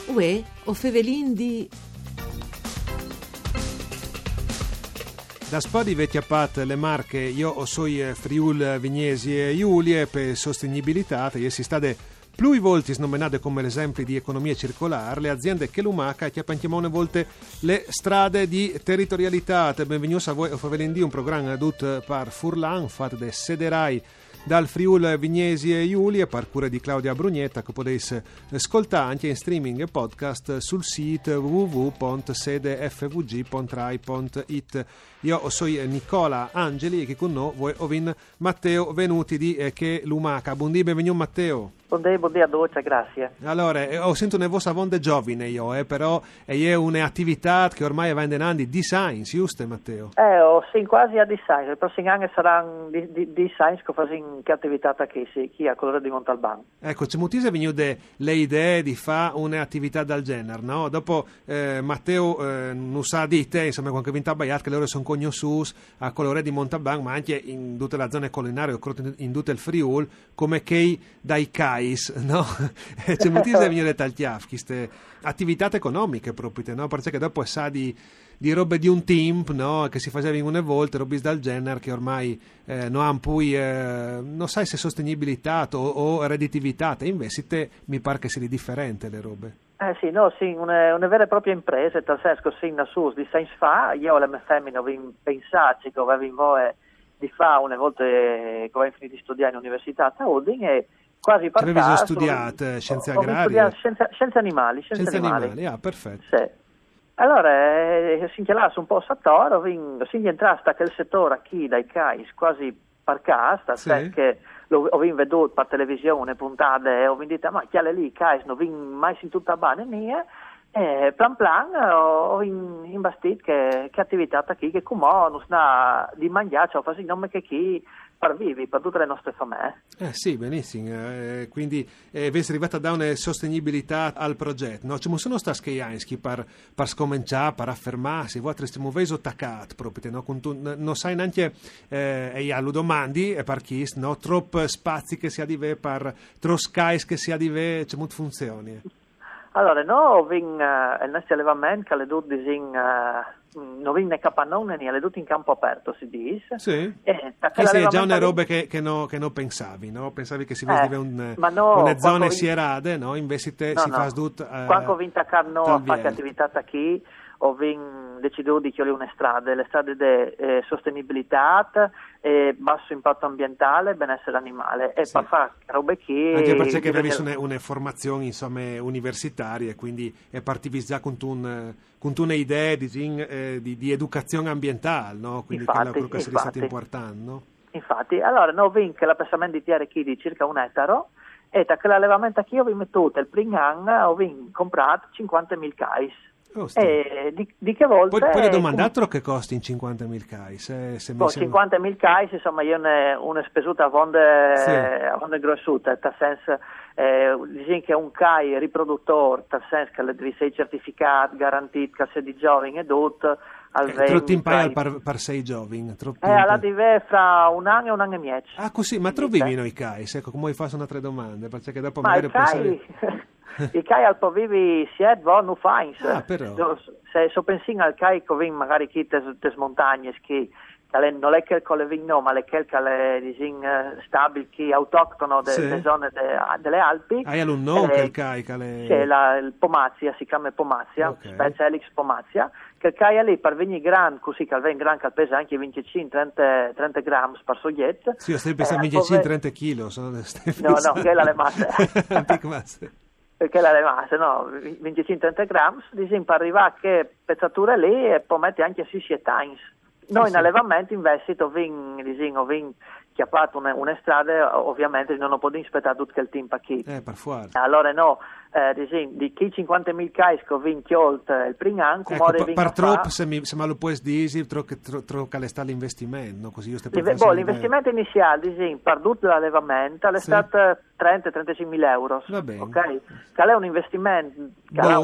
Uè, o fevelin di... Da spadi vecchiapat le Marche, io sono Friul Vignesi e Giulie per sostenibilità, e si stade più volte snominate come l'esempio di economia circolare, le aziende che l'umaca che appantiamo una volte le strade di territorialità. Benvenuti a voi, o fevelin di un programma tutto per Furlan, fatto da Sederai dal Friul Vignesi e Giulie, per cura di Claudia Brugnetta, che potete ascoltare anche in streaming e podcast sul sito www.sedefvg.rai.it. Io sono Nicola Angeli e che con noi voi ovin Matteo venuti di che l'umaca. Buondì, benvenuto Matteo. Buondì a tutti, grazie. Allora, ho sentito una vostra vonde giovane io, però è un'attività che ormai va in anni di science, giusto Matteo? Sì, quasi a di science, il prossimo anno saranno di science che fanno che attività qui a Colore di Montalban. Ecco, c'è moltissime venute le idee di fare un'attività del genere, no? Dopo Matteo non sa di te, insomma, quando vinta a Baiat, che loro sono conosciuti a Colore di Montalban, ma anche in tutte le zone collinari, in tutto il Friul, come che dai CAIS, no? C'è moltissime venute tagliati, queste attività economiche proprio, no? Perché dopo sa di robe di un team, no? Che si faceva in una volta, robe del genere che ormai non hanno poi non sai se sostenibilità o redditività, e invece mi pare che sia differente le robe. Sì, una vera e propria impresa, nel senso che sin da su di science fa, io e le mie femmine avevo pensato che avevo voglia di fare una volta che avevo finito di studiare in università a Udine e quasi per caso. Avevi studiato scienze agrarie? Scienze animali. Scienze animali, perfetto. Sì. Allora, si inchialasse un po' Sattoro, si entrasse a quel settore qui dai CAIS quasi per casa, sì. Perché ho veduto per televisione puntate e ho detto, ma chi è lì, CAIS, non vi mai sentito bene mia, e plan ho investito che attività qui, che come non sa di mangiare, cioè fa nome che chi per vivi, per tutte le nostre famiglie. Sì, benissimo, quindi avete arrivato a dare una sostenibilità al progetto, no? Ci sono stati anche per scominciare, per affermarsi, voi stiamo veso attaccato proprio, no? Non sai neanche, e allo domandi, e per chi, no? Troppo spazi che si ha di ve, per troppo skies che si ha di ve, c'è molte funzioni. Allora, no, il nostro allevamento che le due non viene capannone né le due in campo aperto, si dice. Sì. Che è già una roba che non pensavi, no? Pensavi che si vede una zona sierade, no? Invece te si fa tutto. Quando ho vinto a Carno a fare attività qui, ho deciso di chiudere le strade di sostenibilità, basso impatto ambientale, benessere animale e per fare robe che anche perché avevi una formazione insomma universitaria, quindi partivi già con una idea di educazione ambientale, no? Quindi infatti, quello che sarebbe stato importante, no? Infatti, allora noi vinc che l'appressamento di terre qui di circa 1 ettaro e da quell'allevamento che io vi mettuto il primo anno ho comprato 50.000 cais. Di che volte poi le domandatelo che costi in 50.000 cais 50.000 cais insomma io una spesuta a vonde grossuta nel senso dicono che un CAI riproduttore nel senso che devi essere certificato garantito che sei di giovane e tutto troppo impari per 6 giovani alla dive fra un anno e un anno e mezzo. Così ma trovivi noi CAI ecco come fai una altre domande perché dopo ma magari il CAI al po' vivi si è non fa però se pensi al CAI che viene magari chi te montagne che non è che le vin no ma le che le stabili che autoctono delle zone delle Alpi hai un nome che il CAI c'è il Pomazia si chiama Pomazia specie Helix Pomazia che il CAI è lì per venire grande così che viene grande che pesa anche 25-30 grammi per soglietto sì stai pensando 25-30 kg no che è la masse antiche masse perché la rimase, no, 25-30 grammi, per arrivare a che pezzatura lì e poi metti anche 6 times. Noi in allevamento investito, ho chiappato una strada, ovviamente non ho potuto aspettare tutto il tempo qui. Per fuori. Allora no, di chi 50.000 cais che ho vinto il primo anno, per troppo, se me lo puoi dire, troppo sta l'investimento, no? Così io l'investimento iniziale, per tutto l'allevamento, è stato 30-35.000 euro. Va bene. Okay? Che è un investimento che ha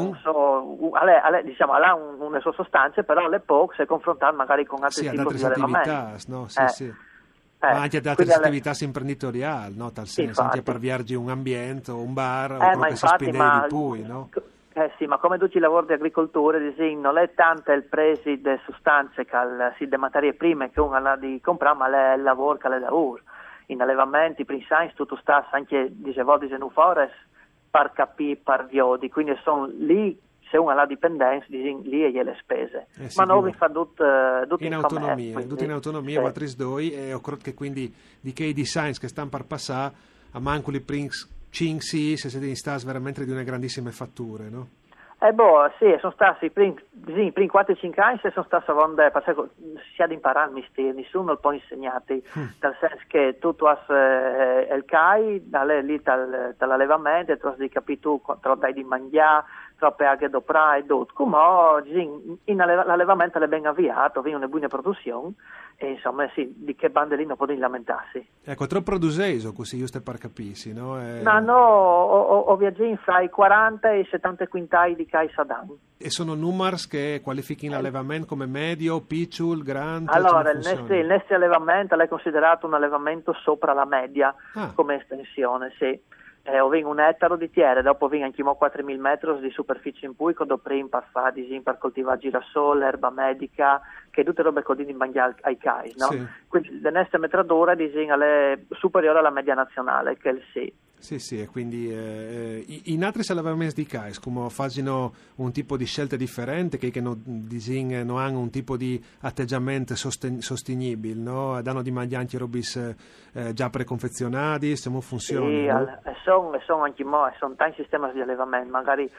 una sua sostanza, però alle poche se confrontato magari con altri tipi di allevamento. No? Sì. Ma anche ad altre attività imprenditoriali, no? Tal senso, anche per viaggi un ambiente o un bar o quello che si spende di più, no? Sì, ma come tutti i lavori di agricoltura, non è tanto il prezzo delle sostanze, delle materie prime che uno ha di comprare, ma è il lavoro che è da lavoro. In allevamenti, per scienze, tutto sta anche, dicevo, nu fores, per capire, per viodi, quindi sono lì, se uno ha la dipendenza, lì e le spese. Ma noi vi fa tutto in autonomia, tutto in autonomia, ma trisdoi, e ho creduto che quindi di che i design che stanno per passare, a manco li prinks 5 se siete in stas veramente di una grandissime fatture, no? Sì, sono stati i primi 4-5 anni sono stati si ha da imparare il mestiere, nessuno lo può insegnare, nel senso che tu hai il CAI, lì dall'allevamento, tu hai capito tu te lo dai di mangiare, troppe aghe doprà e tutto, come l'allevamento è ben avviato, viene una buona produzione, e insomma sì, di che bande lì non possono lamentarsi. Ecco, troppo produceso così, giusto per capirsi, no? Ma no, ho viaggiato fra i 40 e i 70 quintali di Cai Sadan. E sono numeri che qualifichino l'allevamento come medio, piccolo, grande? Allora, il nostro allevamento è considerato un allevamento sopra la media come estensione, sì. Ho vinto un ettaro di terra, dopo ho vinto anche 4.000 metri di superficie in cui do prima per fare per coltivare girasole, erba medica, che tutte robe così di mangiare ai cai, no? Sì. Quindi la nostra metratura è superiore alla media nazionale, che è il sì. Sì, e quindi in altri allevamenti di cais, come fanno un tipo di scelte differenti, che non hanno un tipo di atteggiamento sostenibile, no? Danno di mangiare anche robe già preconfezionati, come funziona? Sì, no? sono anche sono tanti sistemi di allevamento, magari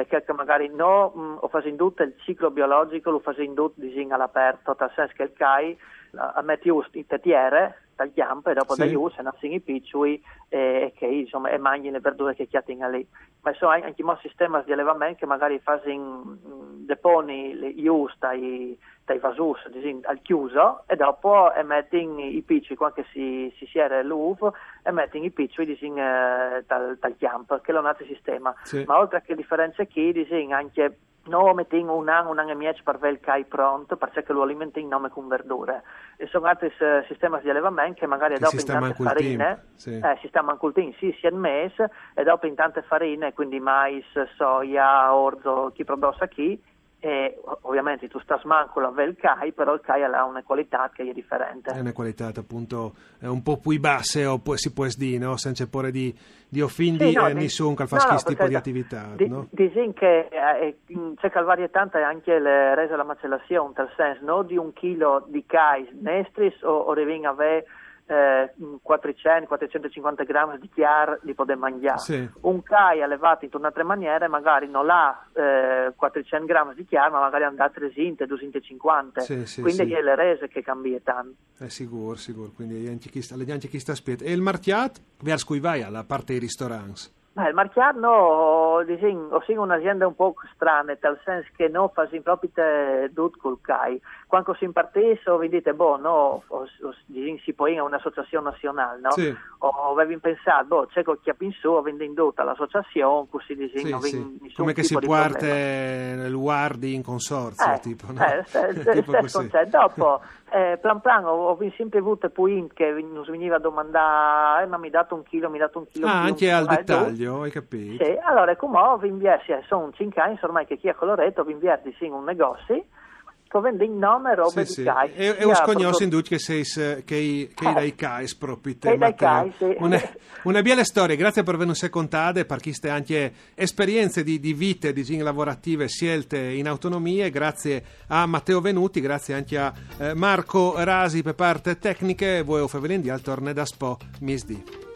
no, ho fatto indotto il ciclo biologico, lo faccio indotto all'aperto, nel senso che il CAI mette giusto in tettiere dal campo e dopo da giù se nascono i piccoli e che insomma e mangiano le verdure che chiatino lì. Ma sono anche sistemi di allevamento che magari fanno deponi giusto dai vasus al chiuso e dopo mettono i piccoli quando si siede l'uovo e mettono i piccoli dal campo, che è un altro sistema. Sì. Ma oltre a che differenze qui, anche noi mettiamo un anno e mezzo per avere il CAI pronto, perché lo alimentiamo in nome con verdure. E sono altri sistemi di allevamento che magari dopo in tante farine, sistema cultin, sì, sia il mese, e dopo in tante farine, quindi mais, soia, orzo, chi prodossa chi, e ovviamente tu stai manco a il CAI, però il CAI ha una qualità che è differente. È una qualità appunto un po' più bassa, si può dire, no? Senza porre di offindi nessuno che fa questo tipo di attività. Dicono che c'è varietà anche le rese alla macellazione, nel senso, no, di 1 chilo di CAI nestris o devi avere 400-450 grammi di chiar di poter mangiare. Sì. Un CAI allevato in un'altra maniera magari non ha 400 grammi di chiar, ma magari andrà a 300-250. Quindi è le rese che cambia tanto. Sicuro, quindi anche chi sta spiet. E il marchiat, vers cui vai alla parte dei ristoranti? Il marchiato ho un'azienda un po' strana, nel senso che non facciamo proprio tutto col CAI. Quando si impartisce, vi dite, si può in un'associazione nazionale, no? Sì. O avevi pensato, c'è chi ha pensato, avendo indotto all'associazione, così come che si porta il guardi in consorzio, tipo, no? Tipo così. Dopo, plan ho sempre avuto point che non si veniva a domandare, ma mi dato un chilo. Anche al dettaglio, hai capito? Sì, allora come vi inviarsi, sono 5 anni ormai che chi ha coloretto, vi inviarsi in un negozio, che vende in nome robe di CAI. E ho scognosso in che dai CAI proprio te, Matteo. Sì. Una bella storia, grazie per averci contate, per chi ste anche esperienze di vite, di lavorative scelte in autonomia, grazie a Matteo Venuti, grazie anche a Marco Rasi per parte tecniche, voi o Fevelin di al torne da Spo Misdi.